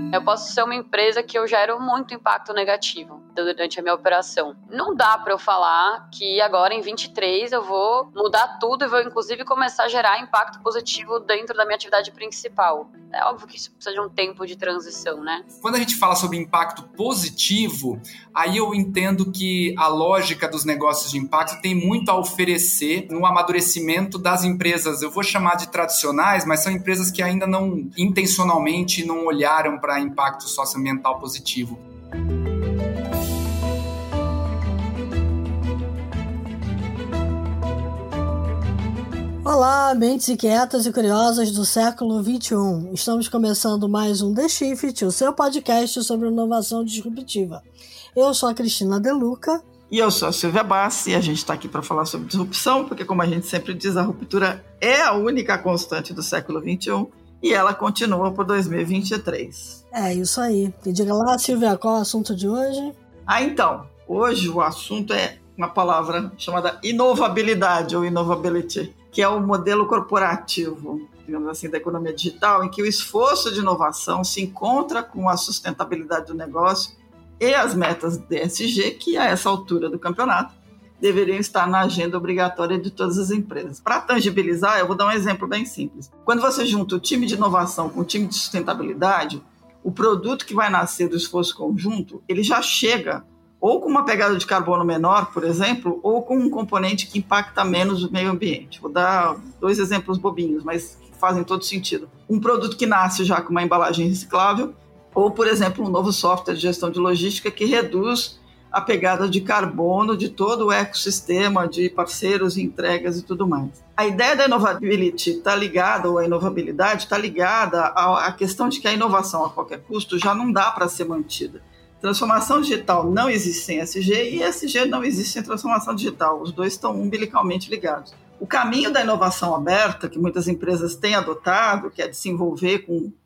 Eu posso ser uma empresa que eu gero muito impacto negativo durante a minha operação. Não dá para eu falar que agora em 23 eu vou mudar tudo e vou inclusive começar a gerar impacto positivo dentro da minha atividade principal. É óbvio que isso precisa de um tempo de transição, né? Quando a gente fala sobre impacto positivo, aí eu entendo que a lógica dos negócios de impacto tem muito a oferecer no amadurecimento das empresas. Eu vou chamar de tradicionais, mas são empresas que ainda não, intencionalmente, não olharam para impacto socioambiental positivo. Olá, mentes inquietas e curiosas do século XXI. Estamos começando mais um The Shift, o seu podcast sobre inovação disruptiva. Eu sou a Cristina De Luca. E eu sou a Silvia Bassi, e a gente está aqui para falar sobre disrupção, porque, como a gente sempre diz, a ruptura é a única constante do século XXI e ela continua por 2023. É isso aí. E diga lá, Silvia, qual é o assunto de hoje? Então, hoje o assunto é uma palavra chamada inovabilidade ou innovability, que é o modelo corporativo, digamos assim, da economia digital, em que o esforço de inovação se encontra com a sustentabilidade do negócio e as metas ESG, que a essa altura do campeonato deveriam estar na agenda obrigatória de todas as empresas. Para tangibilizar, eu vou dar um exemplo bem simples. Quando você junta o time de inovação com o time de sustentabilidade, o produto que vai nascer do esforço conjunto, ele já chega ou com uma pegada de carbono menor, por exemplo, ou com um componente que impacta menos o meio ambiente. Vou dar 2 exemplos bobinhos, mas que fazem todo sentido. Um produto que nasce já com uma embalagem reciclável, ou, por exemplo, um novo software de gestão de logística que reduz a pegada de carbono de todo o ecossistema de parceiros, entregas e tudo mais. A ideia da innovability está ligada, ou a inovabilidade está ligada à questão de que a inovação a qualquer custo já não dá para ser mantida. Transformação digital não existe sem ESG e ESG não existe sem transformação digital. Os dois estão umbilicalmente ligados. O caminho da inovação aberta, que muitas empresas têm adotado, que é de se envolver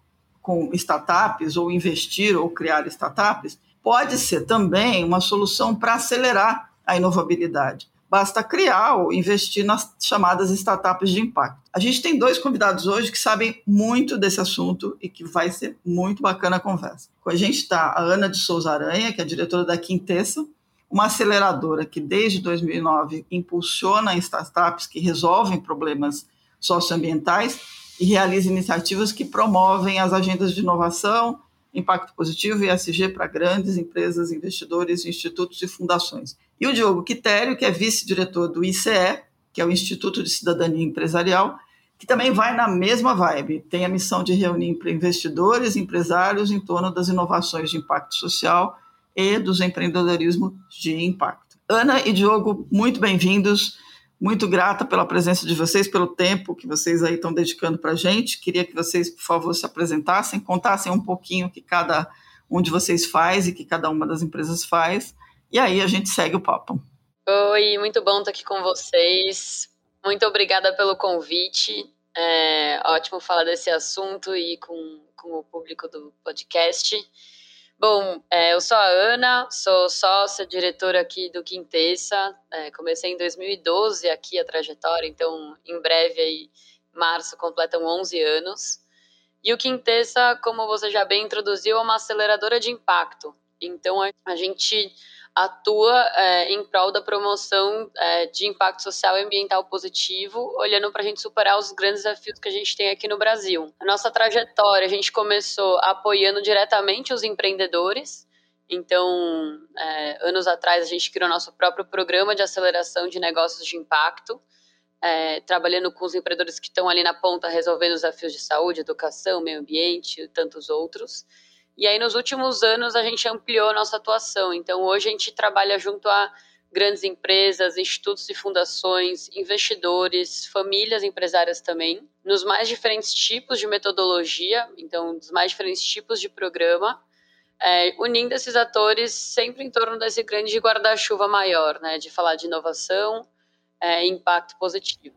com startups ou investir ou criar startups, pode ser também uma solução para acelerar a inovabilidade. Basta criar ou investir nas chamadas startups de impacto. A gente tem 2 convidados hoje que sabem muito desse assunto e que vai ser muito bacana a conversa. Com a gente está a Ana de Souza Aranha, que é a diretora da Quintessa, uma aceleradora que desde 2009 impulsiona startups que resolvem problemas socioambientais e realiza iniciativas que promovem as agendas de inovação, impacto positivo e ESG para grandes empresas, investidores, institutos e fundações. E o Diogo Quitério, que é vice-diretor do ICE, que é o Instituto de Cidadania Empresarial, que também vai na mesma vibe, tem a missão de reunir investidores e empresários em torno das inovações de impacto social e dos empreendedorismo de impacto. Ana e Diogo, muito bem-vindos, muito grata pela presença de vocês, pelo tempo que vocês aí estão dedicando para a gente. Queria que vocês, por favor, se apresentassem, contassem um pouquinho o que cada um de vocês faz e que cada uma das empresas faz, e aí a gente segue o papo. Oi, muito bom estar aqui com vocês. Muito obrigada pelo convite. É ótimo falar desse assunto e com o público do podcast. Bom, eu sou a Ana, sou sócia, diretora aqui do Quintessa. Comecei em 2012 aqui a trajetória, então em breve, aí, em março, completam 11 anos. E o Quintessa, como você já bem introduziu, é uma aceleradora de impacto. Então a gente atua em prol da promoção de impacto social e ambiental positivo, olhando para a gente superar os grandes desafios que a gente tem aqui no Brasil. A nossa trajetória, a gente começou apoiando diretamente os empreendedores. Então, anos atrás, a gente criou nosso próprio programa de aceleração de negócios de impacto, trabalhando com os empreendedores que estão ali na ponta, resolvendo os desafios de saúde, educação, meio ambiente e tantos outros. E aí, nos últimos anos, a gente ampliou a nossa atuação. Então, hoje a gente trabalha junto a grandes empresas, institutos e fundações, investidores, famílias empresárias também, nos mais diferentes tipos de metodologia, então, dos mais diferentes tipos de programa, unindo esses atores sempre em torno desse grande guarda-chuva maior, né, de falar de inovação e impacto positivo.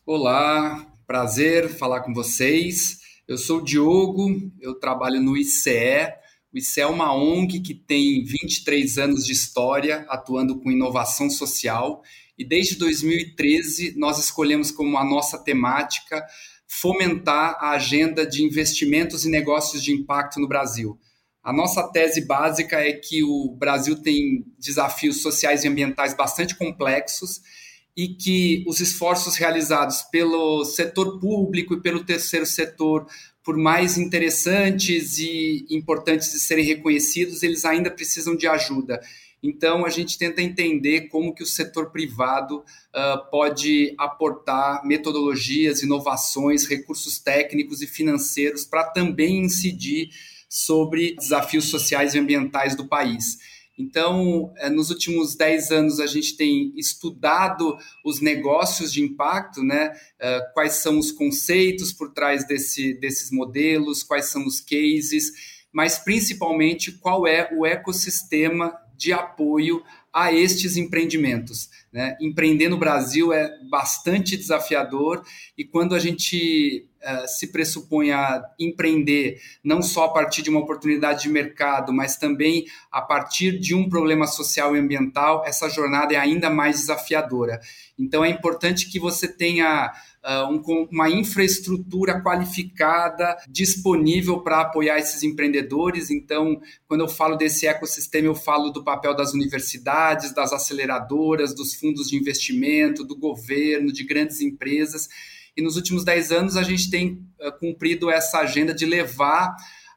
Olá, prazer falar com vocês. Eu sou o Diogo, eu trabalho no ICE. O ICE é uma ONG que tem 23 anos de história atuando com inovação social e desde 2013 nós escolhemos como a nossa temática fomentar a agenda de investimentos e negócios de impacto no Brasil. A nossa tese básica é que o Brasil tem desafios sociais e ambientais bastante complexos e que os esforços realizados pelo setor público e pelo terceiro setor, por mais interessantes e importantes de serem reconhecidos, eles ainda precisam de ajuda. Então, a gente tenta entender como que o setor privado pode aportar metodologias, inovações, recursos técnicos e financeiros para também incidir sobre desafios sociais e ambientais do país. Então, nos últimos 10 anos, a gente tem estudado os negócios de impacto, né? Quais são os conceitos por trás desses modelos, quais são os cases, mas principalmente qual é o ecossistema de apoio a estes empreendimentos, né? Empreender no Brasil é bastante desafiador e quando a gente se pressupõe a empreender não só a partir de uma oportunidade de mercado, mas também a partir de um problema social e ambiental, essa jornada é ainda mais desafiadora. Então é importante que você tenha uma infraestrutura qualificada disponível para apoiar esses empreendedores. Então, quando eu falo desse ecossistema, eu falo do papel das universidades, das aceleradoras, dos fundos de investimento, do governo, de grandes empresas. E nos últimos 10 anos a gente tem cumprido essa agenda de levar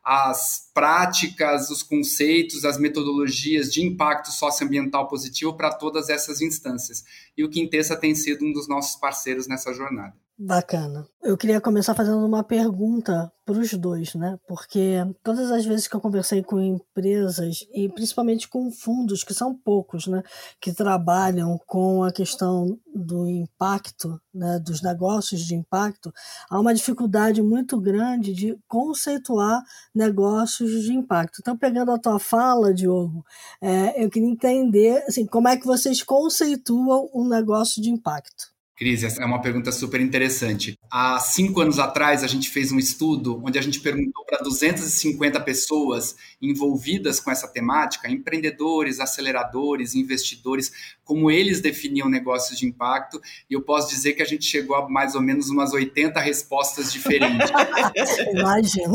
as práticas, os conceitos, as metodologias de impacto socioambiental positivo para todas essas instâncias. E o Quintessa tem sido um dos nossos parceiros nessa jornada. Bacana. Eu queria começar fazendo uma pergunta para os dois, né? Porque todas as vezes que eu conversei com empresas e principalmente com fundos, que são poucos, né? Que trabalham com a questão do impacto, né? Dos negócios de impacto, há uma dificuldade muito grande de conceituar negócios de impacto. Então, pegando a tua fala, Diogo, eu queria entender assim, como é que vocês conceituam um negócio de impacto. Cris, essa é uma pergunta super interessante. Há 5 anos atrás, a gente fez um estudo onde a gente perguntou para 250 pessoas envolvidas com essa temática, empreendedores, aceleradores, investidores, como eles definiam negócios de impacto, e eu posso dizer que a gente chegou a mais ou menos umas 80 respostas diferentes. Imagina.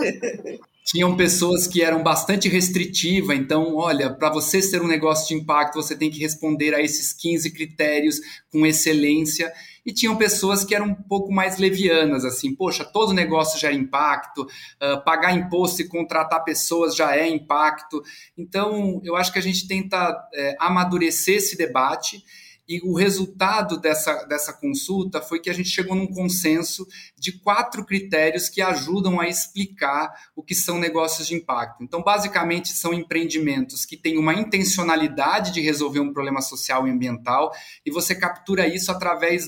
Tinham pessoas que eram bastante restritivas, então, olha, para você ser um negócio de impacto, você tem que responder a esses 15 critérios com excelência. E tinham pessoas que eram um pouco mais levianas, assim, poxa, todo negócio já é impacto, pagar imposto e contratar pessoas já é impacto. Então, eu acho que a gente tenta amadurecer esse debate. E o resultado dessa consulta foi que a gente chegou num consenso de 4 critérios que ajudam a explicar o que são negócios de impacto. Então, basicamente, são empreendimentos que têm uma intencionalidade de resolver um problema social e ambiental, e você captura isso através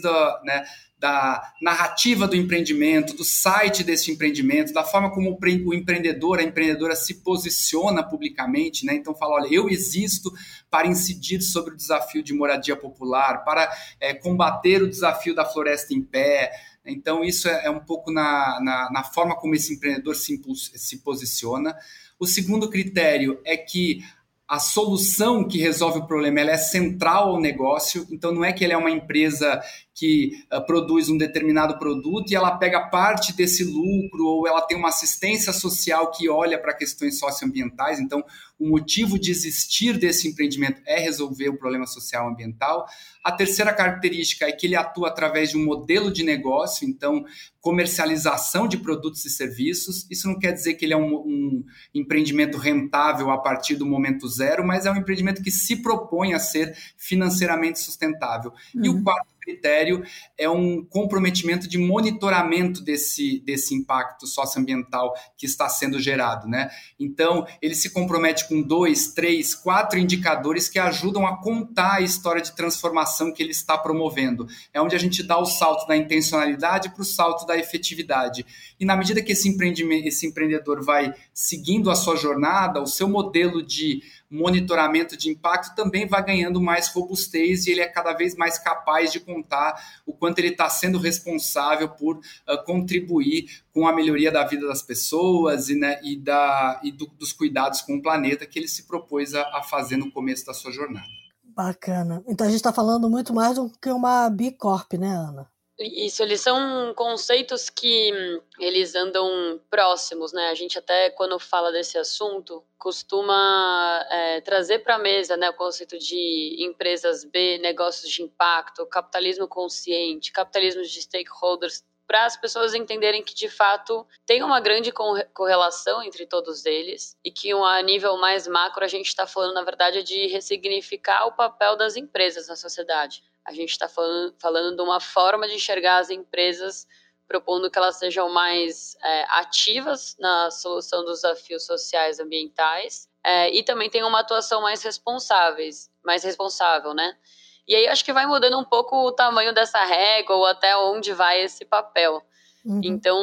da narrativa do empreendimento, do site desse empreendimento, da forma como o empreendedor, a empreendedora se posiciona publicamente, né? Então fala, olha, eu existo para incidir sobre o desafio de moradia popular, para combater o desafio da floresta em pé. Então isso é um pouco na forma como esse empreendedor se posiciona. O segundo critério é que a solução que resolve o problema ela é central ao negócio, então não é que ele é uma empresa que produz um determinado produto e ela pega parte desse lucro ou ela tem uma assistência social que olha para questões socioambientais, então o motivo de existir desse empreendimento é resolver o problema social e ambiental. A terceira característica é que ele atua através de um modelo de negócio, então comercialização de produtos e serviços. Isso não quer dizer que ele é um empreendimento rentável a partir do momento zero, mas é um empreendimento que se propõe a ser financeiramente sustentável. E o quarto critério é um comprometimento de monitoramento desse impacto socioambiental que está sendo gerado, né? Então, ele se compromete com 2, 3, 4 indicadores que ajudam a contar a história de transformação que ele está promovendo. É onde a gente dá o salto da intencionalidade para o salto da efetividade. E na medida que esse empreendedor vai seguindo a sua jornada, o seu modelo de monitoramento de impacto também vai ganhando mais robustez e ele é cada vez mais capaz de contar o quanto ele está sendo responsável por contribuir com a melhoria da vida das pessoas dos cuidados com o planeta que ele se propôs a fazer no começo da sua jornada. Bacana. Então a gente está falando muito mais do que uma B Corp, né, Ana? Isso, eles são conceitos que eles andam próximos, né? A gente até, quando fala desse assunto, costuma trazer para a mesa, né, o conceito de empresas B, negócios de impacto, capitalismo consciente, capitalismo de stakeholders, para as pessoas entenderem que, de fato, tem uma grande correlação entre todos eles e que, a nível mais macro, a gente está falando, na verdade, de ressignificar o papel das empresas na sociedade. A gente está falando de uma forma de enxergar as empresas, propondo que elas sejam mais ativas na solução dos desafios sociais e ambientais e também tenham uma atuação mais responsável, né? E aí acho que vai mudando um pouco o tamanho dessa régua ou até onde vai esse papel. Uhum. Então,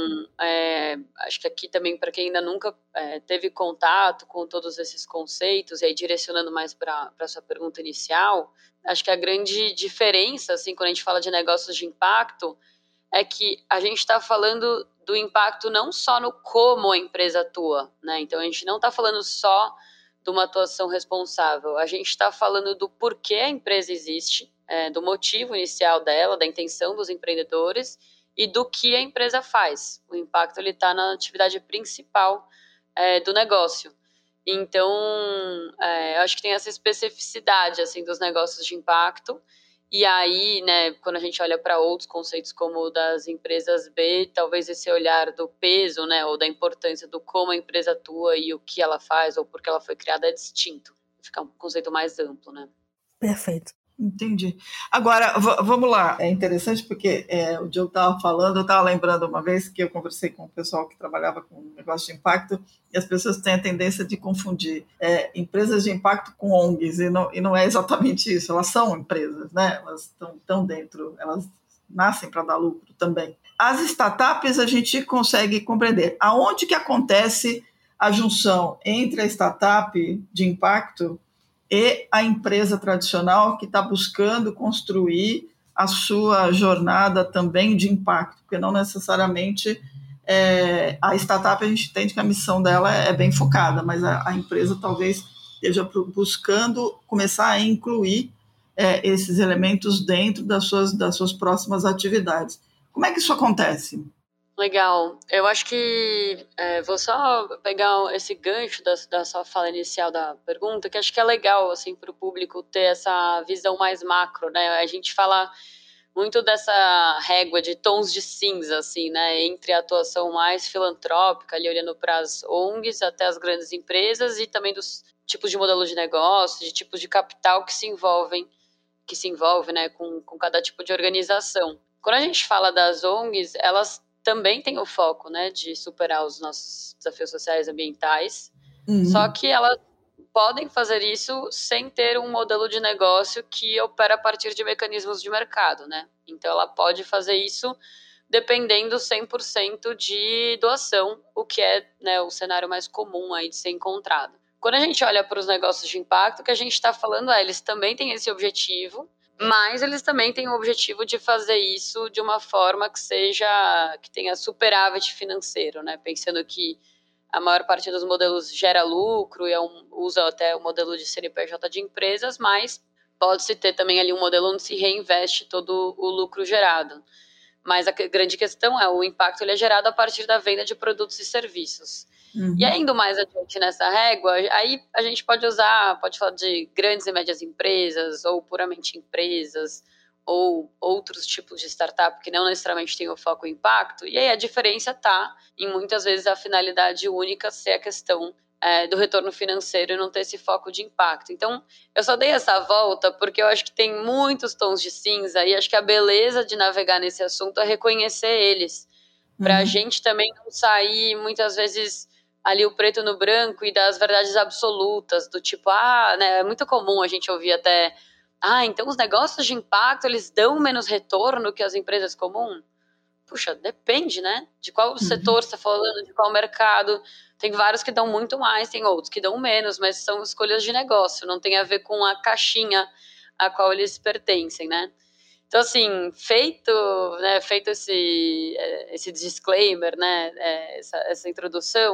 acho que aqui também, para quem ainda nunca teve contato com todos esses conceitos, e aí direcionando mais para a sua pergunta inicial, acho que a grande diferença, assim, quando a gente fala de negócios de impacto, é que a gente está falando do impacto não só no como a empresa atua, né? Então, a gente não está falando só de uma atuação responsável, a gente está falando do porquê a empresa existe, do motivo inicial dela, da intenção dos empreendedores e do que a empresa faz. O impacto está na atividade principal do negócio. Então, eu acho que tem essa especificidade assim, dos negócios de impacto. E aí, né, quando a gente olha para outros conceitos como o das empresas B, talvez esse olhar do peso, né, ou da importância do como a empresa atua e o que ela faz ou porque ela foi criada é distinto. Fica um conceito mais amplo, né? Perfeito. Entendi. Agora, vamos lá. É interessante porque o Diogo estava falando, eu estava lembrando uma vez que eu conversei com o pessoal que trabalhava com negócio de impacto e as pessoas têm a tendência de confundir empresas de impacto com ONGs e não é exatamente isso. Elas são empresas, né? Elas estão dentro, elas nascem para dar lucro também. As startups a gente consegue compreender. Aonde que acontece a junção entre a startup de impacto e a empresa tradicional que está buscando construir a sua jornada também de impacto, porque não necessariamente a startup a gente entende que a missão dela é bem focada, mas a empresa talvez esteja buscando começar a incluir esses elementos dentro das suas próximas atividades. Como é que isso acontece? Legal. Eu acho que vou só pegar esse gancho da sua fala inicial da pergunta, que acho que é legal assim, para o público ter essa visão mais macro, né? A gente fala muito dessa régua de tons de cinza, assim, né? Entre a atuação mais filantrópica, ali olhando para as ONGs até as grandes empresas e também dos tipos de modelo de negócio, de tipos de capital que se envolve, né, com cada tipo de organização. Quando a gente fala das ONGs, elas também tem o foco, né, de superar os nossos desafios sociais e ambientais, só que elas podem fazer isso sem ter um modelo de negócio que opera a partir de mecanismos de mercado, né? Então, ela pode fazer isso dependendo 100% de doação, o que é, né, o cenário mais comum aí de ser encontrado. Quando a gente olha para os negócios de impacto, o que a gente está falando eles também têm esse objetivo, mas eles também têm o objetivo de fazer isso de uma forma que tenha superávit financeiro, né? Pensando que a maior parte dos modelos gera lucro e usa até o modelo de CNPJ de empresas, mas pode-se ter também ali um modelo onde se reinveste todo o lucro gerado. Mas a grande questão o impacto ele é gerado a partir da venda de produtos e serviços. E aí, indo mais adiante nessa régua, aí a gente pode falar de grandes e médias empresas, ou puramente empresas, ou outros tipos de startup que não necessariamente têm o foco em impacto, e aí a diferença está em muitas vezes a finalidade única ser a questão do retorno financeiro e não ter esse foco de impacto. Então, eu só dei essa volta porque eu acho que tem muitos tons de cinza e acho que a beleza de navegar nesse assunto é reconhecer eles, para a gente também não sair muitas vezes ali o preto no branco e das verdades absolutas, do tipo, né, é muito comum a gente ouvir até, então os negócios de impacto, eles dão menos retorno que as empresas comuns? Puxa, depende, né? De qual setor você está falando, de qual mercado. Tem vários que dão muito mais, tem outros que dão menos, mas são escolhas de negócio, não tem a ver com a caixinha a qual eles pertencem, né? Então, assim, feito esse disclaimer, né, essa introdução,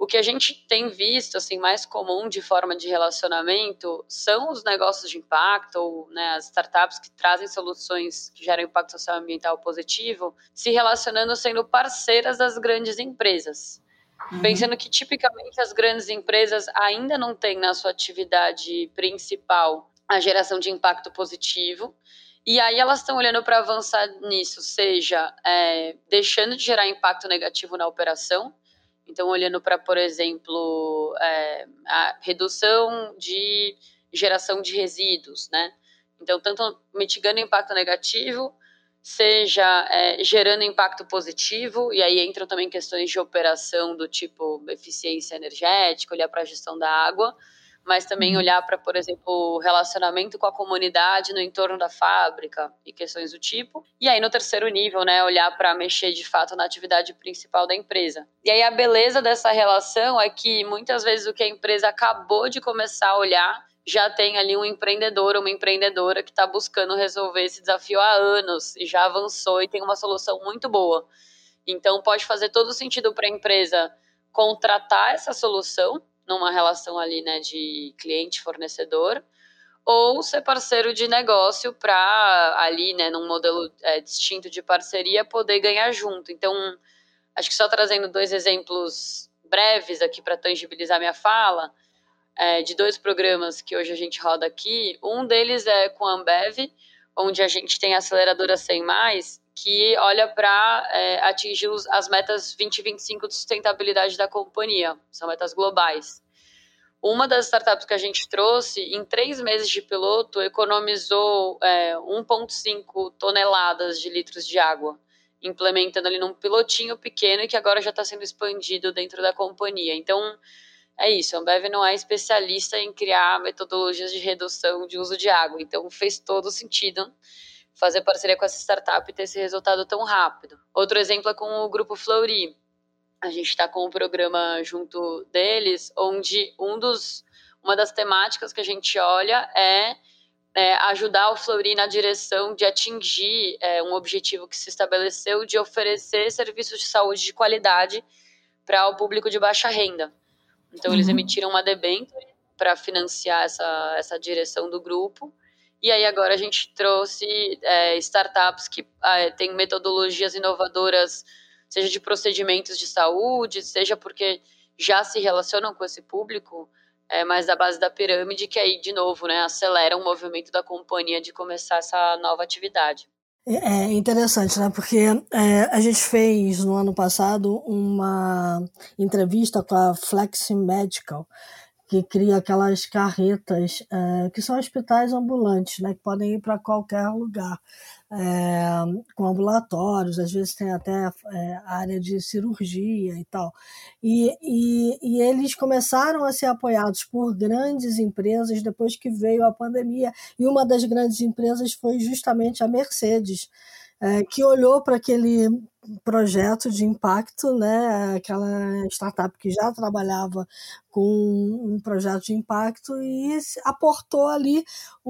O que a gente tem visto, assim, mais comum de forma de relacionamento são os negócios de impacto, ou, né, as startups que trazem soluções que geram impacto social e ambiental positivo, se relacionando sendo parceiras das grandes empresas. Pensando que, tipicamente, as grandes empresas ainda não têm na sua atividade principal a geração de impacto positivo, e aí elas estão olhando para avançar nisso, seja deixando de gerar impacto negativo na operação, então olhando para, por exemplo, a redução de geração de resíduos, né? Então, tanto mitigando impacto negativo, seja gerando impacto positivo, e aí entram também questões de operação do tipo eficiência energética, olhar para a gestão da água, mas também olhar para, por exemplo, o relacionamento com a comunidade no entorno da fábrica e questões do tipo. E aí, no terceiro nível, né, olhar para mexer de fato na atividade principal da empresa. E aí, a beleza dessa relação é que muitas vezes o que a empresa acabou de começar a olhar já tem ali um empreendedor ou uma empreendedora que está buscando resolver esse desafio há anos e já avançou e tem uma solução muito boa. Então, pode fazer todo sentido para a empresa contratar essa solução numa relação ali, né, de cliente-fornecedor, ou ser parceiro de negócio para ali, né, num modelo distinto de parceria, poder ganhar junto. Então, acho que só trazendo 2 exemplos breves aqui para tangibilizar minha fala, de 2 programas que hoje a gente roda aqui. Um deles é com a Ambev, onde a gente tem a aceleradora 100+, que olha para atingir as metas 2025 de sustentabilidade da companhia. São metas globais. Uma das startups que a gente trouxe, em 3 meses de piloto, economizou 1,5 toneladas de litros de água, implementando ali num pilotinho pequeno e que agora já está sendo expandido dentro da companhia. Então, é isso, a Ambev não é especialista em criar metodologias de redução de uso de água, então fez todo sentido fazer parceria com essa startup e ter esse resultado tão rápido. Outro exemplo é com o Grupo Fleury. A gente está com um programa junto deles, onde uma das temáticas que a gente olha é ajudar o Fleury na direção de atingir um objetivo que se estabeleceu de oferecer serviços de saúde de qualidade para o público de baixa renda. Então, eles emitiram uma debênture para financiar essa direção do grupo. E aí, agora a gente trouxe startups que têm metodologias inovadoras, seja de procedimentos de saúde, seja porque já se relacionam com esse público, mas da base da pirâmide, que aí, de novo, né, acelera o movimento da companhia de começar essa nova atividade. É interessante, né? Porque a gente fez no ano passado uma entrevista com a Flexi Medical, que cria aquelas carretas que são hospitais ambulantes, né? Que podem ir para qualquer lugar, com ambulatórios, às vezes tem até área de cirurgia e tal. E eles começaram a ser apoiados por grandes empresas depois que veio a pandemia, e uma das grandes empresas foi justamente a Mercedes, que olhou para aquele projeto de impacto, né, aquela startup que já trabalhava com um projeto de impacto e aportou ali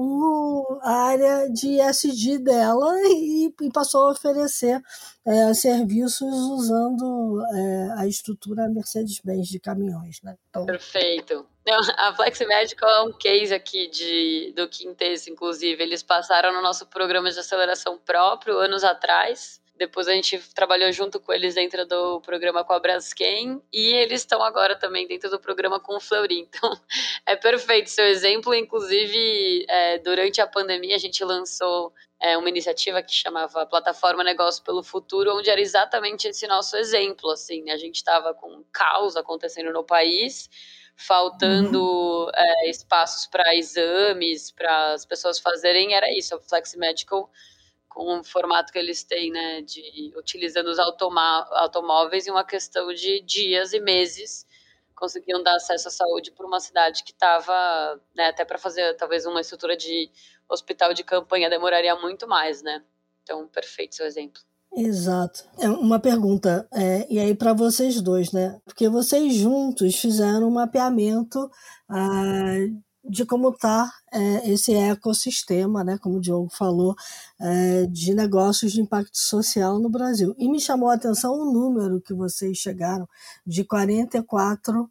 a área de ESG dela e passou a oferecer serviços usando a estrutura Mercedes-Benz de caminhões, né? Então... Perfeito. A Flexi Medical é um case aqui do Quintesse, inclusive. Eles passaram no nosso programa de aceleração próprio anos atrás. Depois a gente trabalhou junto com eles dentro do programa com a Braskem e eles estão agora também dentro do programa com o Fleury. Então, é perfeito seu exemplo. Inclusive, durante a pandemia, a gente lançou uma iniciativa que chamava Plataforma Negócio pelo Futuro, onde era exatamente esse nosso exemplo. Assim, a gente estava com um caos acontecendo no país, faltando espaços para exames, para as pessoas fazerem, era isso, a Flexi Medical, com o formato que eles têm, né, utilizando os automóveis, em uma questão de dias e meses, conseguiam dar acesso à saúde para uma cidade que estava, né, até para fazer talvez uma estrutura de hospital de campanha demoraria muito mais, né? Então, perfeito seu exemplo. Exato. Uma pergunta, e aí para vocês dois, né? Porque vocês juntos fizeram um mapeamento de como está esse ecossistema, né, como o Diogo falou, de negócios de impacto social no Brasil. E me chamou a atenção o número que vocês chegaram, de 44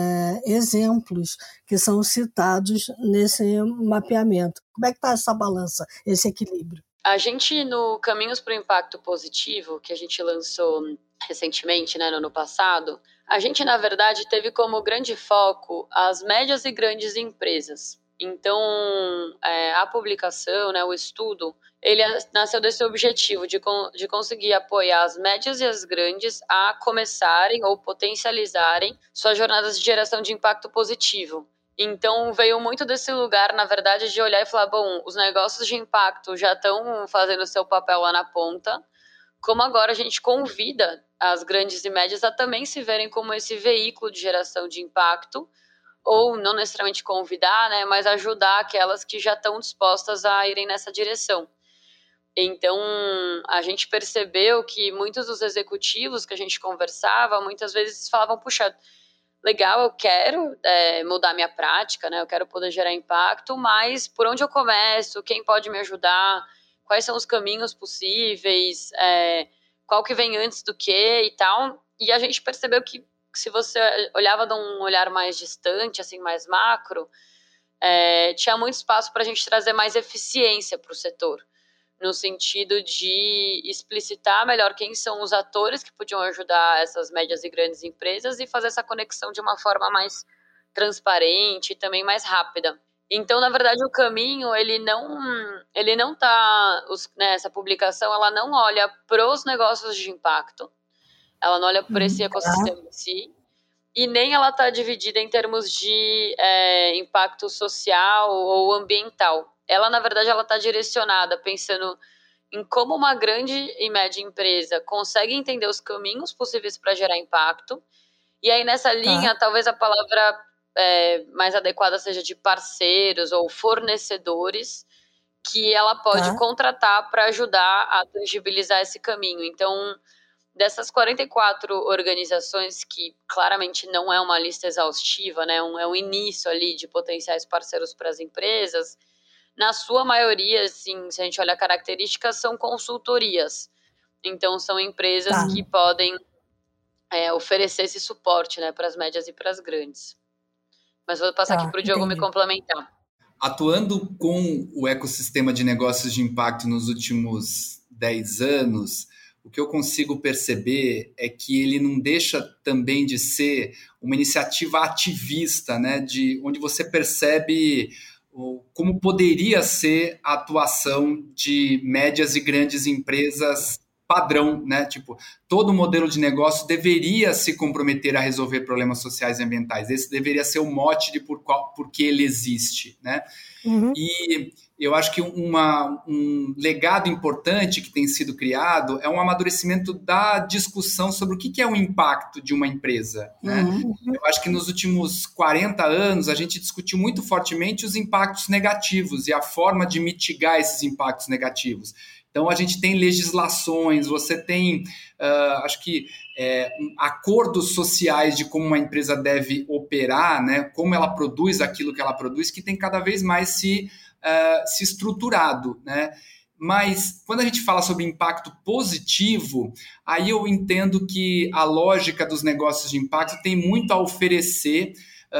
exemplos que são citados nesse mapeamento. Como é que está essa balança, esse equilíbrio? A gente, no Caminhos para o Impacto Positivo, que a gente lançou recentemente, né, no ano passado, a gente, na verdade, teve como grande foco as médias e grandes empresas. Então, a publicação, né, o estudo, ele nasceu desse objetivo de conseguir apoiar as médias e as grandes a começarem ou potencializarem suas jornadas de geração de impacto positivo. Então, veio muito desse lugar, na verdade, de olhar e falar, bom, os negócios de impacto já estão fazendo o seu papel lá na ponta, como agora a gente convida as grandes e médias a também se verem como esse veículo de geração de impacto, ou não necessariamente convidar, né, mas ajudar aquelas que já estão dispostas a irem nessa direção. Então, a gente percebeu que muitos dos executivos que a gente conversava, muitas vezes falavam, puxa, legal, eu quero mudar minha prática, né? Eu quero poder gerar impacto, mas por onde eu começo? Quem pode me ajudar? Quais são os caminhos possíveis? Qual que vem antes do que e tal? E a gente percebeu que se você olhava de um olhar mais distante, assim, mais macro, tinha muito espaço para a gente trazer mais eficiência para o setor, no sentido de explicitar melhor quem são os atores que podiam ajudar essas médias e grandes empresas e fazer essa conexão de uma forma mais transparente e também mais rápida. Então, na verdade, o caminho, ele não tá, essa publicação, ela não olha para os negócios de impacto, ela não olha para esse ecossistema em si, e nem ela está dividida em termos de impacto social ou ambiental. Ela, na verdade, ela está direcionada pensando em como uma grande e média empresa consegue entender os caminhos possíveis para gerar impacto. E aí, nessa linha, talvez a palavra mais adequada seja de parceiros ou fornecedores que ela pode contratar para ajudar a tangibilizar esse caminho. Então, dessas 44 organizações, que claramente não é uma lista exaustiva, né, é um início ali de potenciais parceiros para as empresas, na sua maioria, assim, se a gente olha características, são consultorias. Então, são empresas que podem oferecer esse suporte, né, para as médias e para as grandes. Mas vou passar aqui para o Diogo me complementar. Atuando com o ecossistema de negócios de impacto nos últimos 10 anos, o que eu consigo perceber é que ele não deixa também de ser uma iniciativa ativista, né, onde você percebe como poderia ser a atuação de médias e grandes empresas padrão, né? Tipo, todo modelo de negócio deveria se comprometer a resolver problemas sociais e ambientais. Esse deveria ser o mote de por que ele existe, né? Uhum. E eu acho que um legado importante que tem sido criado é um amadurecimento da discussão sobre o que é o impacto de uma empresa, né? Uhum. Eu acho que nos últimos 40 anos a gente discutiu muito fortemente os impactos negativos e a forma de mitigar esses impactos negativos. Então, a gente tem legislações, você tem, acho que, acordos sociais de como uma empresa deve operar, né? Como ela produz aquilo que ela produz, que tem cada vez mais se estruturado, né? Mas, quando a gente fala sobre impacto positivo, aí eu entendo que a lógica dos negócios de impacto tem muito a oferecer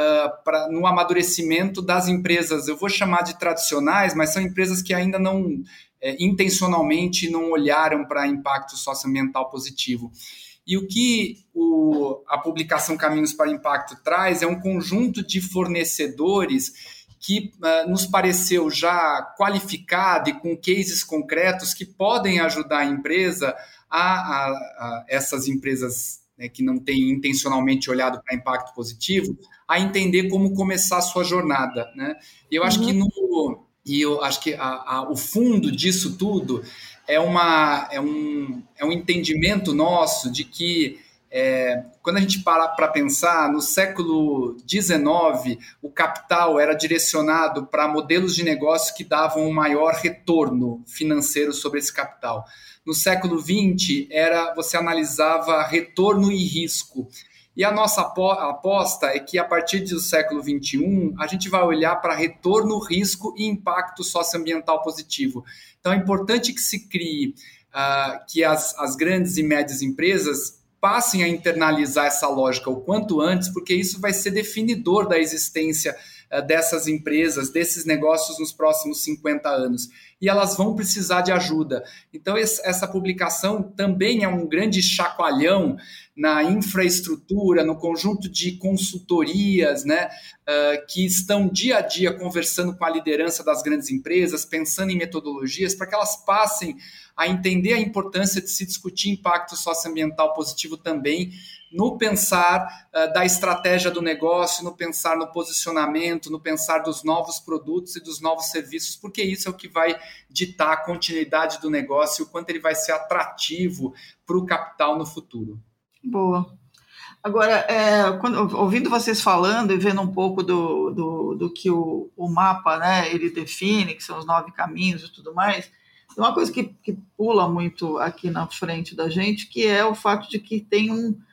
no amadurecimento das empresas. Eu vou chamar de tradicionais, mas são empresas que ainda não... intencionalmente não olharam para impacto socioambiental positivo. E o que a publicação Caminhos para o Impacto traz é um conjunto de fornecedores que nos pareceu já qualificado e com cases concretos que podem ajudar a empresa, essas empresas, né, que não têm intencionalmente olhado para impacto positivo, a entender como começar a sua jornada, né? E eu acho que o fundo disso tudo é um entendimento nosso de que quando a gente para para pensar, no século XIX, o capital era direcionado para modelos de negócio que davam um maior retorno financeiro sobre esse capital. No século XX, você analisava retorno e risco. E a nossa aposta é que, a partir do século XXI, a gente vai olhar para retorno, risco e impacto socioambiental positivo. Então, é importante que se crie, que as grandes e médias empresas passem a internalizar essa lógica o quanto antes, porque isso vai ser definidor da existência dessas empresas, desses negócios nos próximos 50 anos. E elas vão precisar de ajuda. Então, essa publicação também é um grande chacoalhão na infraestrutura, no conjunto de consultorias, né, que estão dia a dia conversando com a liderança das grandes empresas, pensando em metodologias para que elas passem a entender a importância de se discutir impacto socioambiental positivo também no pensar da estratégia do negócio, no pensar no posicionamento, no pensar dos novos produtos e dos novos serviços, porque isso é o que vai ditar a continuidade do negócio e o quanto ele vai ser atrativo para o capital no futuro. Boa. Agora, ouvindo vocês falando e vendo um pouco do que o mapa, né, ele define, que são os 9 caminhos e tudo mais, tem uma coisa que pula muito aqui na frente da gente, que é o fato de que tem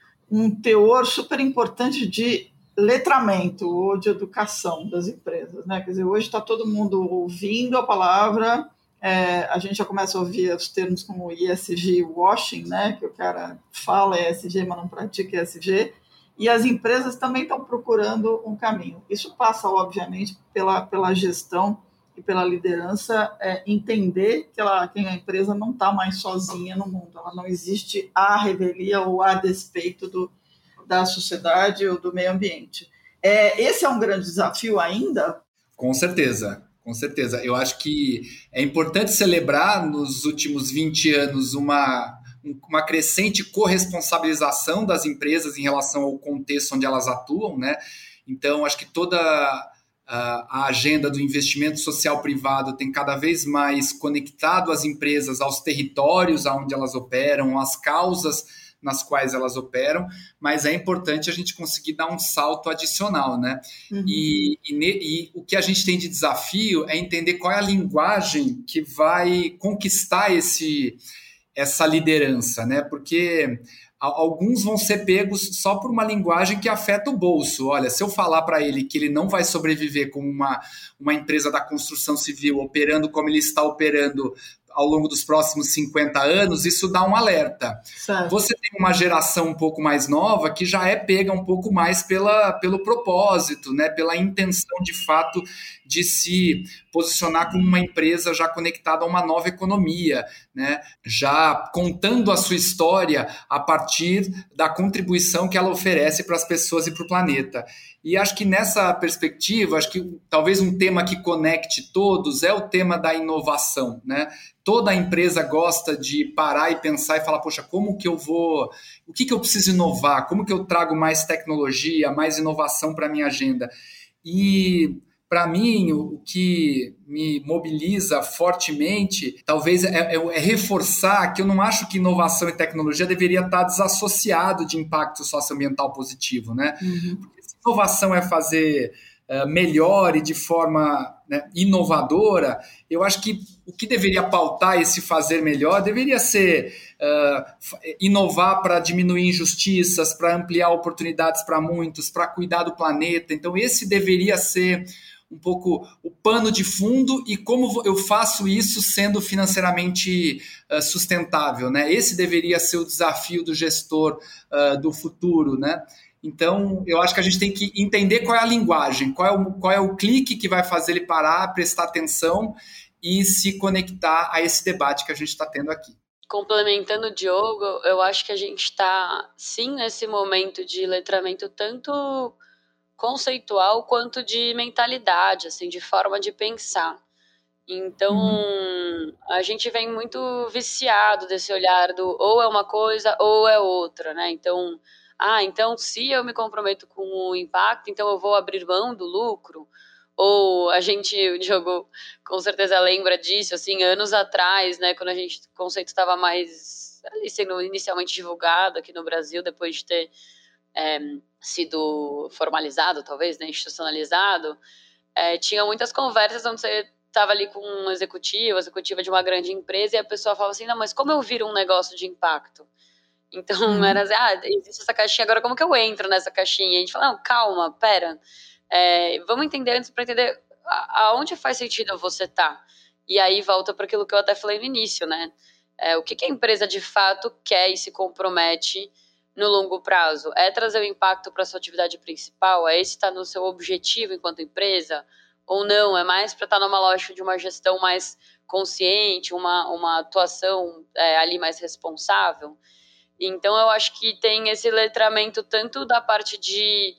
um teor super importante de letramento ou de educação das empresas, né? Quer dizer, hoje está todo mundo ouvindo a palavra, a gente já começa a ouvir os termos como ESG washing, né? Que o cara fala ESG, mas não pratica ESG, e as empresas também estão procurando um caminho. Isso passa, obviamente, pela gestão e pela liderança entender que a empresa não está mais sozinha no mundo, ela não existe à revelia ou a despeito da sociedade ou do meio ambiente. Esse é um grande desafio ainda? Com certeza, com certeza. Eu acho que é importante celebrar nos últimos 20 anos uma crescente corresponsabilização das empresas em relação ao contexto onde elas atuam, né? Então, acho que toda a agenda do investimento social privado tem cada vez mais conectado as empresas aos territórios onde elas operam, às causas nas quais elas operam, mas é importante a gente conseguir dar um salto adicional, né? Uhum. E o que a gente tem de desafio é entender qual é a linguagem que vai conquistar essa liderança, né? Porque alguns vão ser pegos só por uma linguagem que afeta o bolso. Olha, se eu falar para ele que ele não vai sobreviver como uma empresa da construção civil operando como ele está operando ao longo dos próximos 50 anos, isso dá um alerta. Certo. Você tem uma geração um pouco mais nova que já é pega um pouco mais pelo propósito, né? Pela intenção, de fato, de se posicionar como uma empresa já conectada a uma nova economia, né? Já contando a sua história a partir da contribuição que ela oferece para as pessoas e para o planeta. E acho que nessa perspectiva, acho que talvez um tema que conecte todos é o tema da inovação, né? Toda empresa gosta de parar e pensar e falar, poxa, o que eu preciso inovar? Como que eu trago mais tecnologia, mais inovação para a minha agenda? E, para mim, o que me mobiliza fortemente, talvez, é reforçar que eu não acho que inovação e tecnologia deveria estar desassociado de impacto socioambiental positivo, né? Uhum. Porque se inovação é fazer melhor e de forma, né, inovadora, eu acho que o que deveria pautar esse fazer melhor deveria ser inovar para diminuir injustiças, para ampliar oportunidades para muitos, para cuidar do planeta. Então, esse deveria ser um pouco o pano de fundo e como eu faço isso sendo financeiramente sustentável, né? Esse deveria ser o desafio do gestor do futuro, né? Então, eu acho que a gente tem que entender qual é a linguagem, qual é o clique que vai fazer ele parar, prestar atenção e se conectar a esse debate que a gente está tendo aqui. Complementando o Diogo, eu acho que a gente está, sim, nesse momento de letramento tanto conceitual quanto de mentalidade, assim, de forma de pensar. Então, a gente vem muito viciado desse olhar do ou é uma coisa ou é outra, né? Então, então se eu me comprometo com o impacto, então eu vou abrir mão do lucro? Ou o Diogo com certeza lembra disso, assim, anos atrás, né? Quando o conceito estava mais ali, sendo inicialmente divulgado aqui no Brasil, depois de ter sido formalizado, talvez, né, institucionalizado, tinha muitas conversas onde você estava ali com um executivo, executiva de uma grande empresa, e a pessoa falava assim, não, mas como eu viro um negócio de impacto? Então, era assim, existe essa caixinha, agora como que eu entro nessa caixinha? E a gente fala, não, calma, pera, vamos entender antes para entender aonde faz sentido você tá. E aí volta para aquilo que eu até falei no início, né? O que a empresa de fato quer e se compromete no longo prazo? É trazer o impacto para a sua atividade principal? É esse estar no seu objetivo enquanto empresa? Ou não? É mais para estar numa lógica de uma gestão mais consciente, uma atuação ali mais responsável? Então, eu acho que tem esse letramento tanto da parte de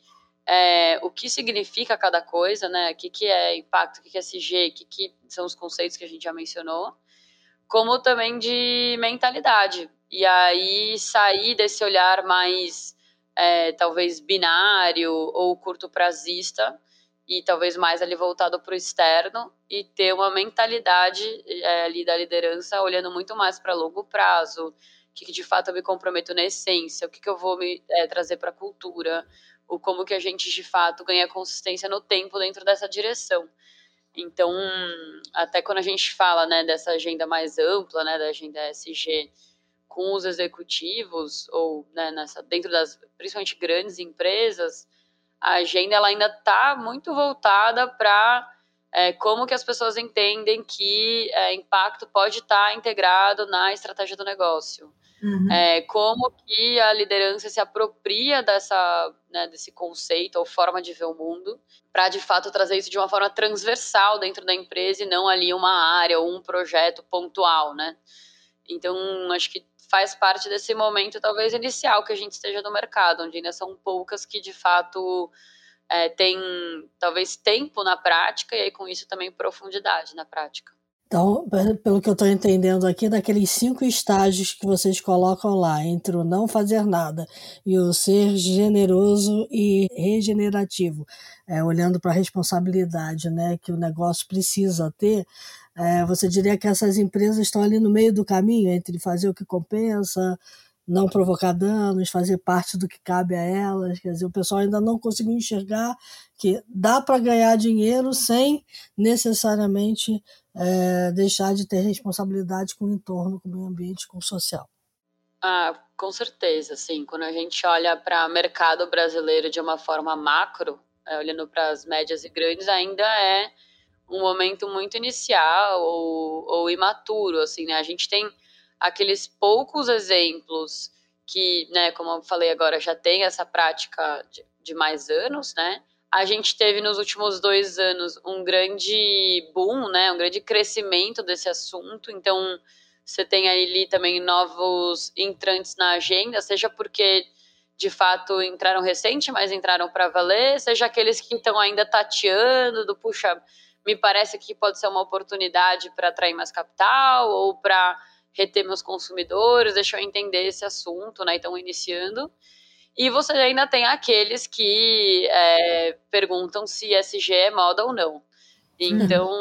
o que significa cada coisa, né? O que é impacto, o que é SG, o que são os conceitos que a gente já mencionou, como também de mentalidade. E aí sair desse olhar mais, talvez, binário ou curto-prazista, e talvez mais ali voltado para o externo, e ter uma mentalidade ali da liderança olhando muito mais para longo prazo, o que de fato eu me comprometo na essência, o que eu vou trazer para a cultura, ou como que a gente de fato ganha consistência no tempo dentro dessa direção. Então, até quando a gente fala, né, dessa agenda mais ampla, né, da agenda ESG, com os executivos, ou né, dentro das, principalmente, grandes empresas, a agenda ela ainda está muito voltada para como que as pessoas entendem que impacto pode estar integrado na estratégia do negócio. Uhum. Como que a liderança se apropria desse conceito ou forma de ver o mundo para, de fato, trazer isso de uma forma transversal dentro da empresa e não ali uma área ou um projeto pontual, né? Então, acho que faz parte desse momento, talvez, inicial que a gente esteja no mercado, onde ainda são poucas que, de fato, têm, talvez, tempo na prática e aí, com isso, também profundidade na prática. Então, pelo que eu estou entendendo aqui, daqueles 5 estágios que vocês colocam lá, entre o não fazer nada e o ser generoso e regenerativo, olhando para a responsabilidade, né, que o negócio precisa ter, você diria que essas empresas estão ali no meio do caminho entre fazer o que compensa, não provocar danos, fazer parte do que cabe a elas. Quer dizer, o pessoal ainda não conseguiu enxergar que dá para ganhar dinheiro sem necessariamente deixar de ter responsabilidade com o entorno, com o meio ambiente, com o social. Com certeza, sim. Quando a gente olha para o mercado brasileiro de uma forma macro, olhando para as médias e grandes, ainda é um momento muito inicial ou imaturo, assim, né? A gente tem aqueles poucos exemplos que, né, como eu falei agora, já tem essa prática de mais anos, né? A gente teve nos últimos 2 anos um grande boom, né, um grande crescimento desse assunto, então você tem ali também novos entrantes na agenda, seja porque de fato entraram recente, mas entraram para valer, seja aqueles que estão ainda tateando, puxa, me parece que pode ser uma oportunidade para atrair mais capital ou para reter meus consumidores, deixa eu entender esse assunto, né, estão iniciando. E você ainda tem aqueles que perguntam se ESG é moda ou não. Então,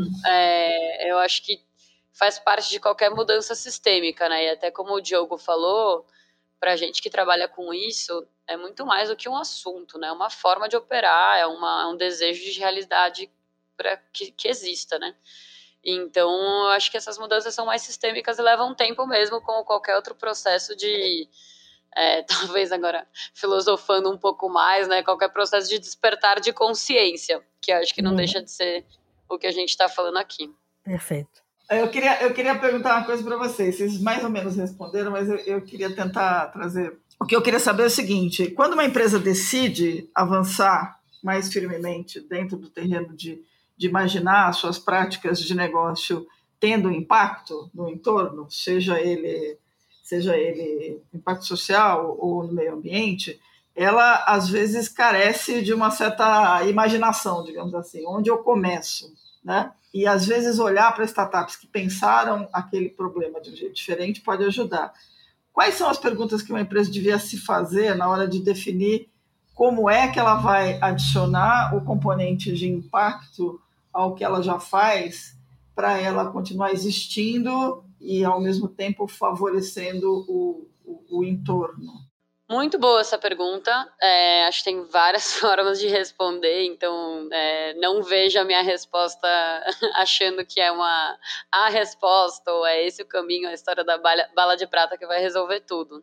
eu acho que faz parte de qualquer mudança sistêmica, né? E até como o Diogo falou, para a gente que trabalha com isso, é muito mais do que um assunto, né? É uma forma de operar, é um desejo de realidade para que exista, né? Então, eu acho que essas mudanças são mais sistêmicas e levam tempo mesmo, como qualquer outro processo de... talvez agora filosofando um pouco mais, né? Qualquer processo de despertar de consciência, que eu acho que não deixa de ser o que a gente está falando aqui. Perfeito. Eu queria perguntar uma coisa para vocês. Vocês mais ou menos responderam, mas eu queria tentar trazer... O que eu queria saber é o seguinte: quando uma empresa decide avançar mais firmemente dentro do terreno de imaginar suas práticas de negócio tendo impacto no entorno, seja ele impacto social ou no meio ambiente, ela às vezes carece de uma certa imaginação, digamos assim, onde eu começo, né? E às vezes olhar para startups que pensaram aquele problema de um jeito diferente pode ajudar. Quais são as perguntas que uma empresa devia se fazer na hora de definir como é que ela vai adicionar o componente de impacto ao que ela já faz para ela continuar existindo e, ao mesmo tempo, favorecendo o entorno? Muito boa essa pergunta. Acho que tem várias formas de responder, então não vejo a minha resposta achando que é a resposta ou é esse o caminho, a história da bala de prata que vai resolver tudo.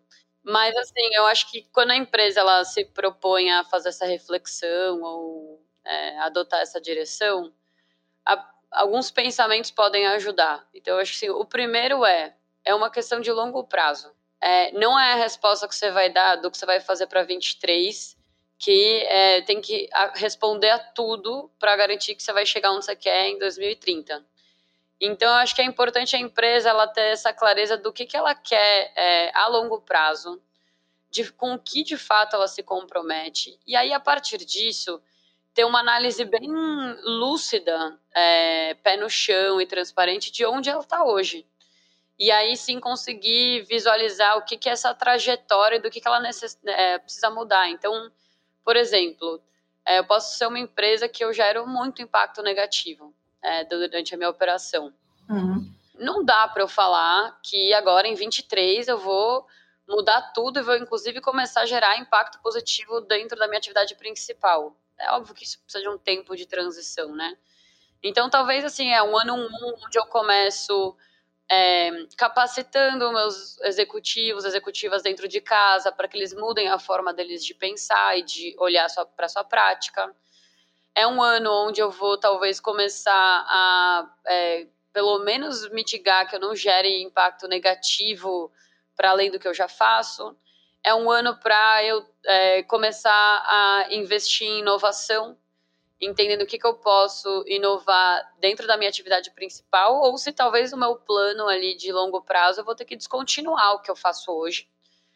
Mas, assim, eu acho que quando a empresa ela se propõe a fazer essa reflexão ou adotar essa direção, alguns pensamentos podem ajudar. Então, eu acho que assim, o primeiro é uma questão de longo prazo. Não é a resposta que você vai dar do que você vai fazer para 23, que tem que responder a tudo para garantir que você vai chegar onde você quer em 2030. Então, eu acho que é importante a empresa ela ter essa clareza do que ela quer a longo prazo, com o que de fato ela se compromete. E aí, a partir disso, ter uma análise bem lúcida, pé no chão e transparente de onde ela está hoje. E aí sim conseguir visualizar o que é essa trajetória e do que ela precisa mudar. Então, por exemplo, eu posso ser uma empresa que eu gero muito impacto negativo durante a minha operação. Uhum. Não dá para eu falar que agora em 23 eu vou mudar tudo e vou inclusive começar a gerar impacto positivo dentro da minha atividade principal. É óbvio que isso precisa de um tempo de transição, né? Então, talvez, assim, um ano onde eu começo capacitando meus executivas dentro de casa para que eles mudem a forma deles de pensar e de olhar para a sua prática. É um ano onde eu vou, talvez, começar a, pelo menos, mitigar que eu não gere impacto negativo para além do que eu já faço. É um ano para eu começar a investir em inovação, entendendo o que eu posso inovar dentro da minha atividade principal, ou se talvez o meu plano ali de longo prazo eu vou ter que descontinuar o que eu faço hoje,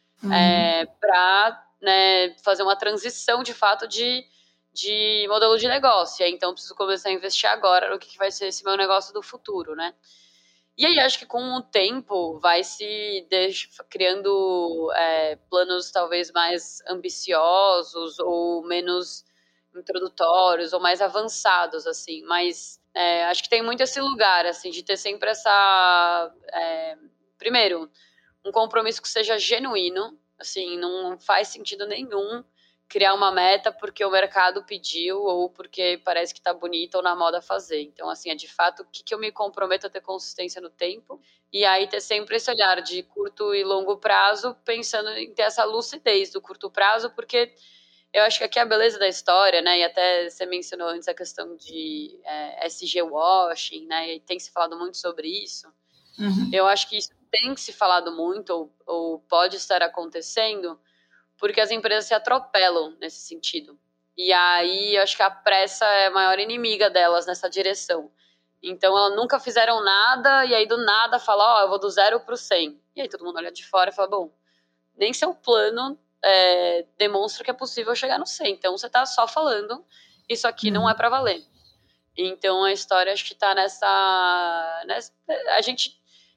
para fazer uma transição de fato de modelo de negócio. Então eu preciso começar a investir agora no que vai ser esse meu negócio do futuro, né? E aí acho que com o tempo vai se criando planos talvez mais ambiciosos ou menos introdutórios ou mais avançados, assim, mas acho que tem muito esse lugar, assim, de ter sempre essa... primeiro, um compromisso que seja genuíno, assim, não faz sentido nenhum criar uma meta porque o mercado pediu ou porque parece que tá bonito ou na moda fazer. Então, assim, de fato o que eu me comprometo a ter consistência no tempo e aí ter sempre esse olhar de curto e longo prazo, pensando em ter essa lucidez do curto prazo, porque eu acho que aqui é a beleza da história, né? E até você mencionou antes a questão de SG washing, né? E tem se falado muito sobre isso. Uhum. Eu acho que isso tem se falado muito, ou pode estar acontecendo, porque as empresas se atropelam nesse sentido. E aí, eu acho que a pressa é a maior inimiga delas nessa direção. Então, elas nunca fizeram nada, e aí do nada fala, eu vou do 0 para o 100. E aí todo mundo olha de fora e fala, bom, nem seu plano demonstra que é possível chegar no 100. Então, você está só falando, isso aqui não é para valer. Então, a história acho que está nessa... A gente,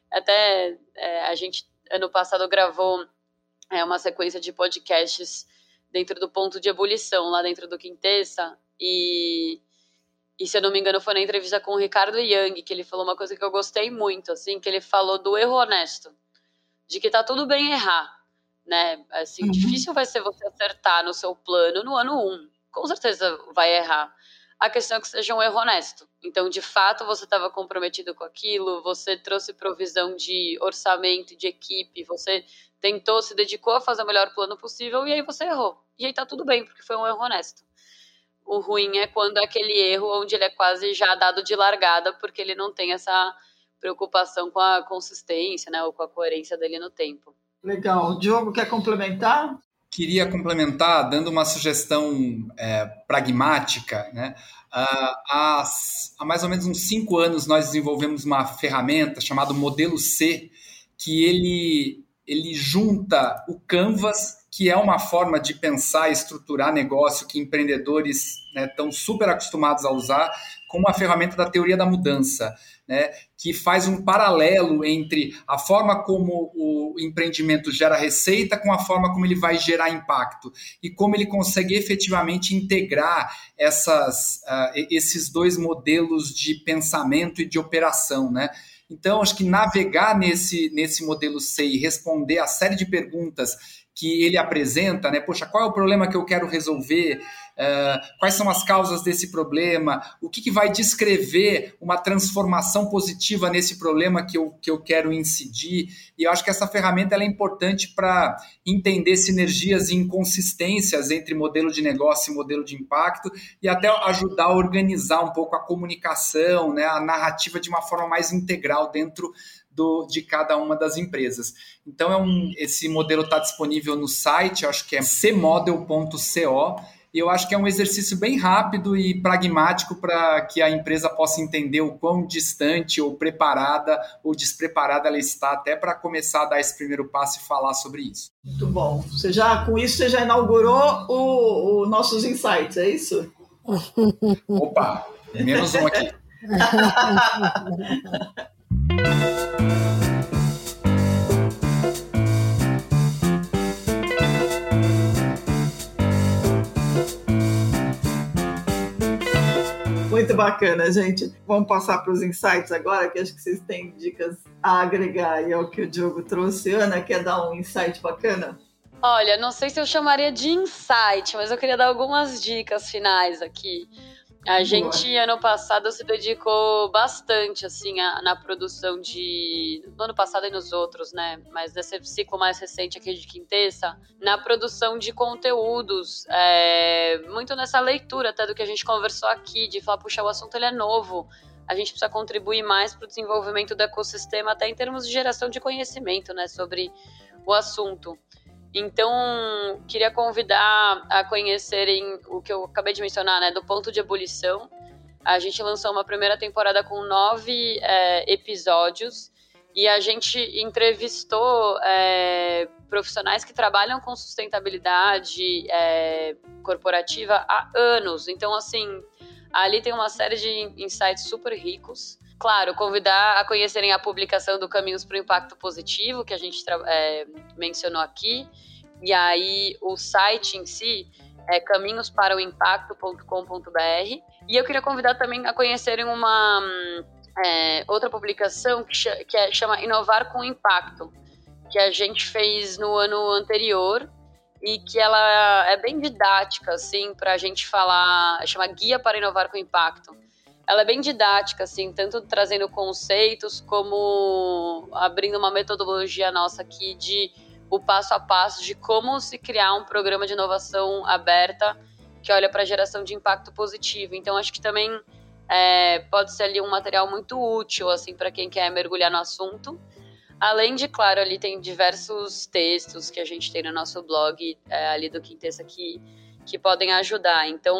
ano passado, gravou uma sequência de podcasts dentro do Ponto de Ebulição, lá dentro do Quintessa, e se eu não me engano foi na entrevista com o Ricardo Young, que ele falou uma coisa que eu gostei muito, assim, que ele falou do erro honesto, de que tá tudo bem errar, né, assim, difícil vai ser você acertar no seu plano no ano 1, com certeza vai errar. A questão é que seja um erro honesto. Então, de fato, você estava comprometido com aquilo, você trouxe provisão de orçamento, de equipe, você tentou, se dedicou a fazer o melhor plano possível e aí você errou. E aí tá tudo bem, porque foi um erro honesto. O ruim é quando é aquele erro onde ele é quase já dado de largada, porque ele não tem essa preocupação com a consistência, né, ou com a coerência dele no tempo. Legal. O Diogo quer complementar? Queria complementar dando uma sugestão pragmática, né? Há mais ou menos uns 5 anos nós desenvolvemos uma ferramenta chamada Modelo C, que ele junta o Canvas, que é uma forma de pensar e estruturar negócio que empreendedores estão super acostumados a usar, com uma ferramenta da teoria da mudança, né, que faz um paralelo entre a forma como o empreendimento gera receita com a forma como ele vai gerar impacto e como ele consegue efetivamente integrar esses dois modelos de pensamento e de operação, né? Então, acho que navegar nesse modelo C e responder a série de perguntas que ele apresenta, né? Poxa, qual é o problema que eu quero resolver? quais são as causas desse problema, o que vai descrever uma transformação positiva nesse problema que eu quero incidir. E eu acho que essa ferramenta ela é importante para entender sinergias e inconsistências entre modelo de negócio e modelo de impacto e até ajudar a organizar um pouco a comunicação, né, a narrativa de uma forma mais integral dentro de cada uma das empresas. Então, esse modelo está disponível no site, acho que é cmodel.co, e eu acho que é um exercício bem rápido e pragmático para que a empresa possa entender o quão distante ou preparada ou despreparada ela está, até para começar a dar esse primeiro passo e falar sobre isso. Muito bom. Com isso, você já inaugurou os nossos insights, é isso? Opa, menos um aqui. Muito bacana, gente. Vamos passar para os insights agora, que acho que vocês têm dicas a agregar e é o que o Diogo trouxe. Ana, quer dar um insight bacana? Olha, não sei se eu chamaria de insight, mas eu queria dar algumas dicas finais aqui. A gente, ano passado, se dedicou bastante, assim, na produção no ano passado e nos outros, né? Mas nesse ciclo mais recente aqui de Quintessa, na produção de conteúdos, muito nessa leitura até do que a gente conversou aqui, de falar, puxa, o assunto ele é novo, a gente precisa contribuir mais para o desenvolvimento do ecossistema, até em termos de geração de conhecimento, né, sobre o assunto. Então, queria convidar a conhecerem o que eu acabei de mencionar, né, do Ponto de Ebulição. A gente lançou uma primeira temporada com 9 episódios e a gente entrevistou profissionais que trabalham com sustentabilidade corporativa há anos. Então, assim, ali tem uma série de insights super ricos. Claro, convidar a conhecerem a publicação do Caminhos para o Impacto Positivo, que a gente mencionou aqui. E aí, o site em si é caminhosparaoimpacto.com.br. E eu queria convidar também a conhecerem uma outra publicação que chama Inovar com Impacto, que a gente fez no ano anterior e que ela é bem didática, assim, para a gente falar, chama Guia para Inovar com Impacto. Ela é bem didática, assim, tanto trazendo conceitos como abrindo uma metodologia nossa aqui de o passo a passo de como se criar um programa de inovação aberta que olha para a geração de impacto positivo. Então, acho que também pode ser ali um material muito útil, assim, para quem quer mergulhar no assunto. Além de, claro, ali tem diversos textos que a gente tem no nosso blog, ali do Quintessa, que podem ajudar. Então,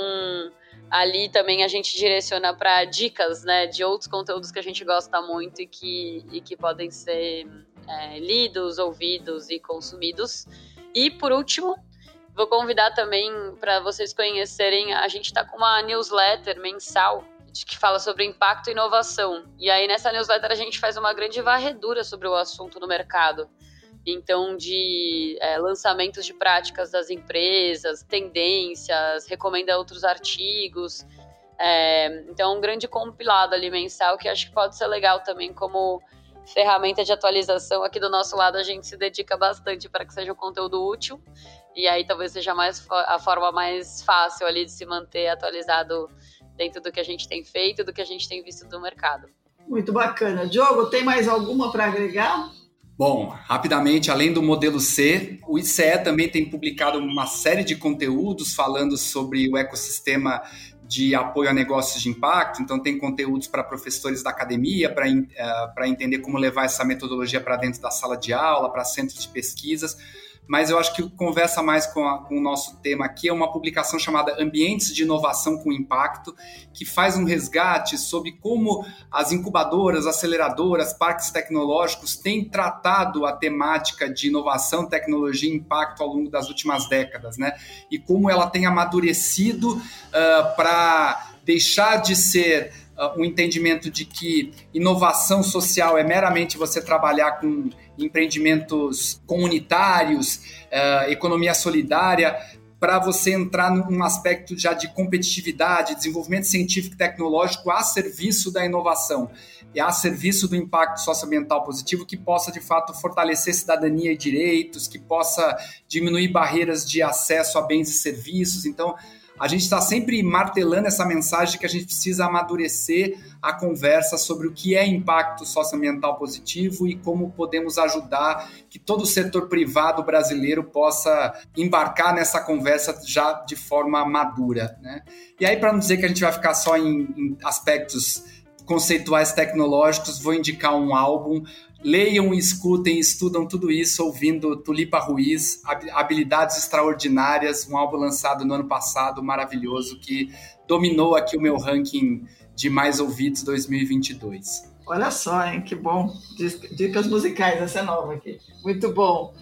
ali também a gente direciona para dicas, né, de outros conteúdos que a gente gosta muito e que podem ser lidos, ouvidos e consumidos. E, por último, vou convidar também para vocês conhecerem, a gente está com uma newsletter mensal que fala sobre impacto e inovação. E aí, nessa newsletter, a gente faz uma grande varredura sobre o assunto no mercado. Então, de lançamentos de práticas das empresas, tendências, recomenda outros artigos. Então, um grande compilado ali mensal que acho que pode ser legal também como ferramenta de atualização. Aqui do nosso lado, a gente se dedica bastante para que seja um conteúdo útil. E aí, talvez seja a forma mais fácil ali de se manter atualizado dentro do que a gente tem feito, do que a gente tem visto do mercado. Muito bacana. Diogo, tem mais alguma para agregar? Bom, rapidamente, além do modelo C, o ICE também tem publicado uma série de conteúdos falando sobre o ecossistema de apoio a negócios de impacto. Então, tem conteúdos para professores da academia, para entender como levar essa metodologia para dentro da sala de aula, para centros de pesquisas. Mas eu acho que conversa mais com o nosso tema aqui é uma publicação chamada Ambientes de Inovação com Impacto, que faz um resgate sobre como as incubadoras, aceleradoras, parques tecnológicos têm tratado a temática de inovação, tecnologia e impacto ao longo das últimas décadas, né? E como ela tem amadurecido para deixar de ser um entendimento de que inovação social é meramente você trabalhar com empreendimentos comunitários, economia solidária, para você entrar num aspecto já de competitividade, desenvolvimento científico e tecnológico a serviço da inovação e a serviço do impacto socioambiental positivo que possa, de fato, fortalecer cidadania e direitos, que possa diminuir barreiras de acesso a bens e serviços. Então, a gente está sempre martelando essa mensagem que a gente precisa amadurecer a conversa sobre o que é impacto socioambiental positivo e como podemos ajudar que todo o setor privado brasileiro possa embarcar nessa conversa já de forma madura, né? E aí, para não dizer que a gente vai ficar só em aspectos conceituais tecnológicos, vou indicar um álbum. Leiam, escutem, estudam tudo isso ouvindo Tulipa Ruiz, Habilidades Extraordinárias, um álbum lançado no ano passado, maravilhoso, que dominou aqui o meu ranking de mais ouvidos 2022. Olha só, hein? Que bom. Dicas musicais, essa é nova aqui. Muito bom.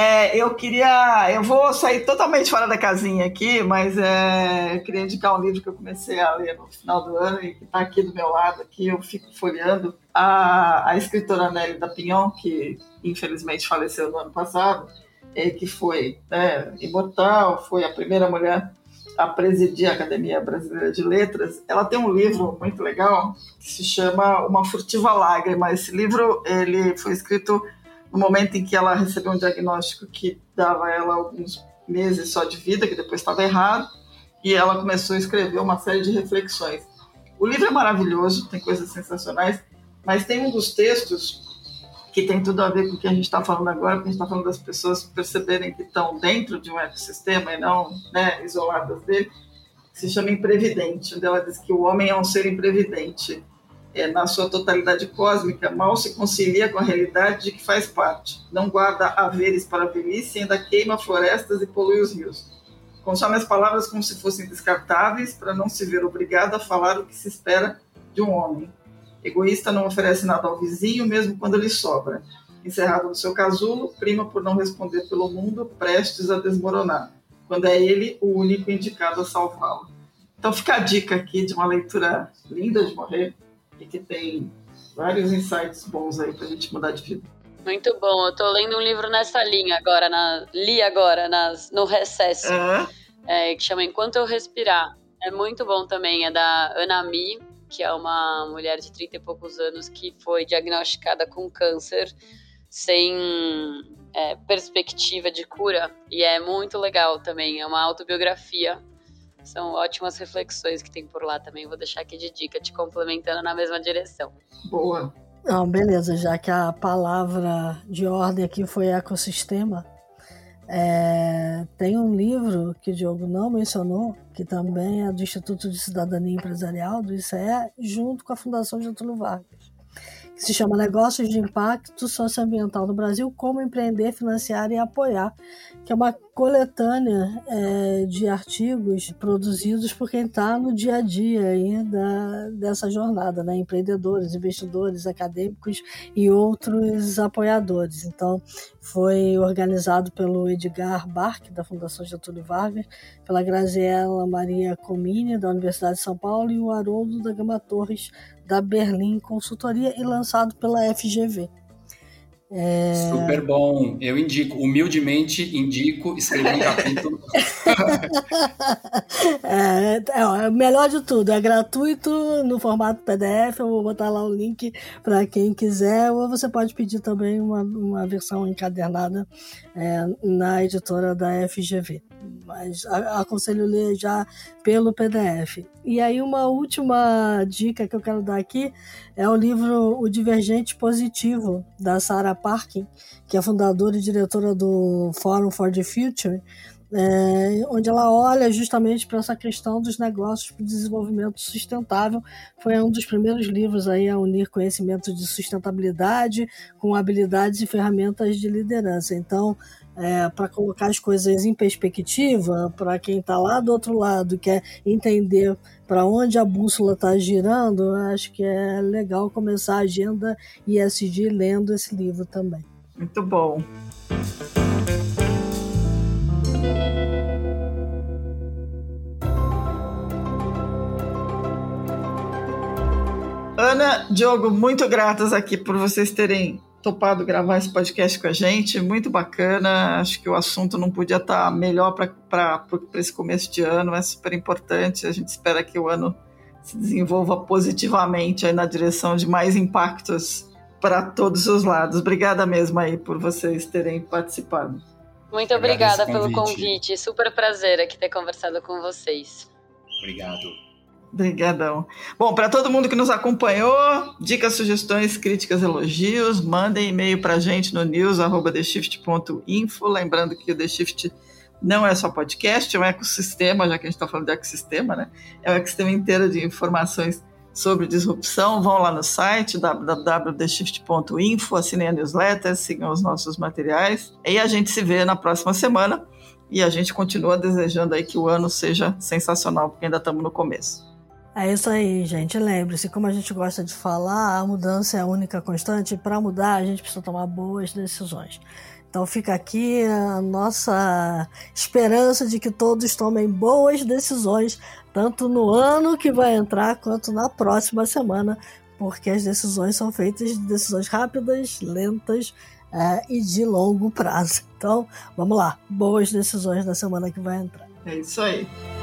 Eu vou sair totalmente fora da casinha aqui, mas eu queria indicar um livro que eu comecei a ler no final do ano e que está aqui do meu lado, aqui eu fico folheando. A escritora Nelly da Pinhon, que infelizmente faleceu no ano passado, que foi imortal, foi a primeira mulher a presidir a Academia Brasileira de Letras. Ela tem um livro muito legal que se chama Uma Furtiva Lágrima. Esse livro ele foi escrito no momento em que ela recebeu um diagnóstico que dava a ela alguns meses só de vida, que depois estava errado, e ela começou a escrever uma série de reflexões. O livro é maravilhoso, tem coisas sensacionais, mas tem um dos textos que tem tudo a ver com o que a gente está falando agora, porque a gente está falando das pessoas perceberem que estão dentro de um ecossistema e não isoladas dele, que se chama Imprevidente, onde ela diz que o homem é um ser imprevidente. Na sua totalidade cósmica, mal se concilia com a realidade de que faz parte. Não guarda haveres para a velhice e ainda queima florestas e polui os rios. Consome as palavras como se fossem descartáveis para não se ver obrigado a falar o que se espera de um homem. Egoísta, não oferece nada ao vizinho, mesmo quando lhe sobra. Encerrado no seu casulo, prima por não responder pelo mundo, prestes a desmoronar, quando é ele o único indicado a salvá-lo. Então fica a dica aqui de uma leitura linda de morrer, e que tem vários insights bons aí pra gente mudar de vida. Muito bom, eu tô lendo um livro nessa linha agora, no recesso, que chama Enquanto Eu Respirar. É muito bom também, é da Ana Mi, que é uma mulher de 30 e poucos anos que foi diagnosticada com câncer sem perspectiva de cura, e é muito legal também, é uma autobiografia. São ótimas reflexões que tem por lá também. Vou deixar aqui de dica, te complementando na mesma direção. Boa. Não, beleza, já que a palavra de ordem aqui foi ecossistema, tem um livro que o Diogo não mencionou, que também é do Instituto de Cidadania Empresarial, do ICE, junto com a Fundação Getúlio Vargas, que se chama Negócios de Impacto Socioambiental no Brasil, Como Empreender, Financiar e Apoiar, que é uma coletânea de artigos produzidos por quem está no dia a dia aí dessa jornada, né? Empreendedores, investidores, acadêmicos e outros apoiadores. Então, foi organizado pelo Edgar Barque, da Fundação Getúlio Vargas, pela Graziela Maria Comini, da Universidade de São Paulo, e o Haroldo da Gama Torres, da Berlim Consultoria, e lançado pela FGV. Super bom, eu indico, humildemente indico, escrevi um capítulo. O melhor de tudo, é gratuito no formato PDF, eu vou botar lá o link para quem quiser, ou você pode pedir também uma versão encadernada na editora da FGV, mas aconselho ler já pelo PDF. E aí uma última dica que eu quero dar aqui é o livro O Divergente Positivo, da Sarah Parkin, que é fundadora e diretora do Forum for the Future, onde ela olha justamente para essa questão dos negócios para o desenvolvimento sustentável. Foi um dos primeiros livros aí a unir conhecimento de sustentabilidade com habilidades e ferramentas de liderança. Então, para colocar as coisas em perspectiva, para quem está lá do outro lado e quer entender para onde a bússola está girando, eu acho que é legal começar a agenda ESG lendo esse livro também. Muito bom. Ana, Diogo, muito gratas aqui por vocês terem topado gravar esse podcast com a gente, muito bacana, acho que o assunto não podia estar melhor para esse começo de ano, é super importante, a gente espera que o ano se desenvolva positivamente aí na direção de mais impactos para todos os lados. Obrigada mesmo aí por vocês terem participado. Muito obrigada pelo convite. Super prazer aqui ter conversado com vocês. Obrigado. Obrigadão. Bom, para todo mundo que nos acompanhou, dicas, sugestões, críticas, elogios, mandem e-mail para a gente no news@theshift.info. Lembrando que o The Shift não é só podcast, é um ecossistema, já que a gente está falando de ecossistema, né? É um ecossistema inteiro de informações sobre disrupção. Vão lá no site www.theshift.info, assinem a newsletter, sigam os nossos materiais. E a gente se vê na próxima semana e a gente continua desejando aí que o ano seja sensacional, porque ainda estamos no começo. É isso aí, gente. Lembre-se, como a gente gosta de falar, a mudança é a única constante. Para mudar, a gente precisa tomar boas decisões. Então fica aqui a nossa esperança de que todos tomem boas decisões, tanto no ano que vai entrar, quanto na próxima semana, porque as decisões são feitas de decisões rápidas, lentas e de longo prazo. Então, vamos lá, boas decisões na semana que vai entrar. É isso aí.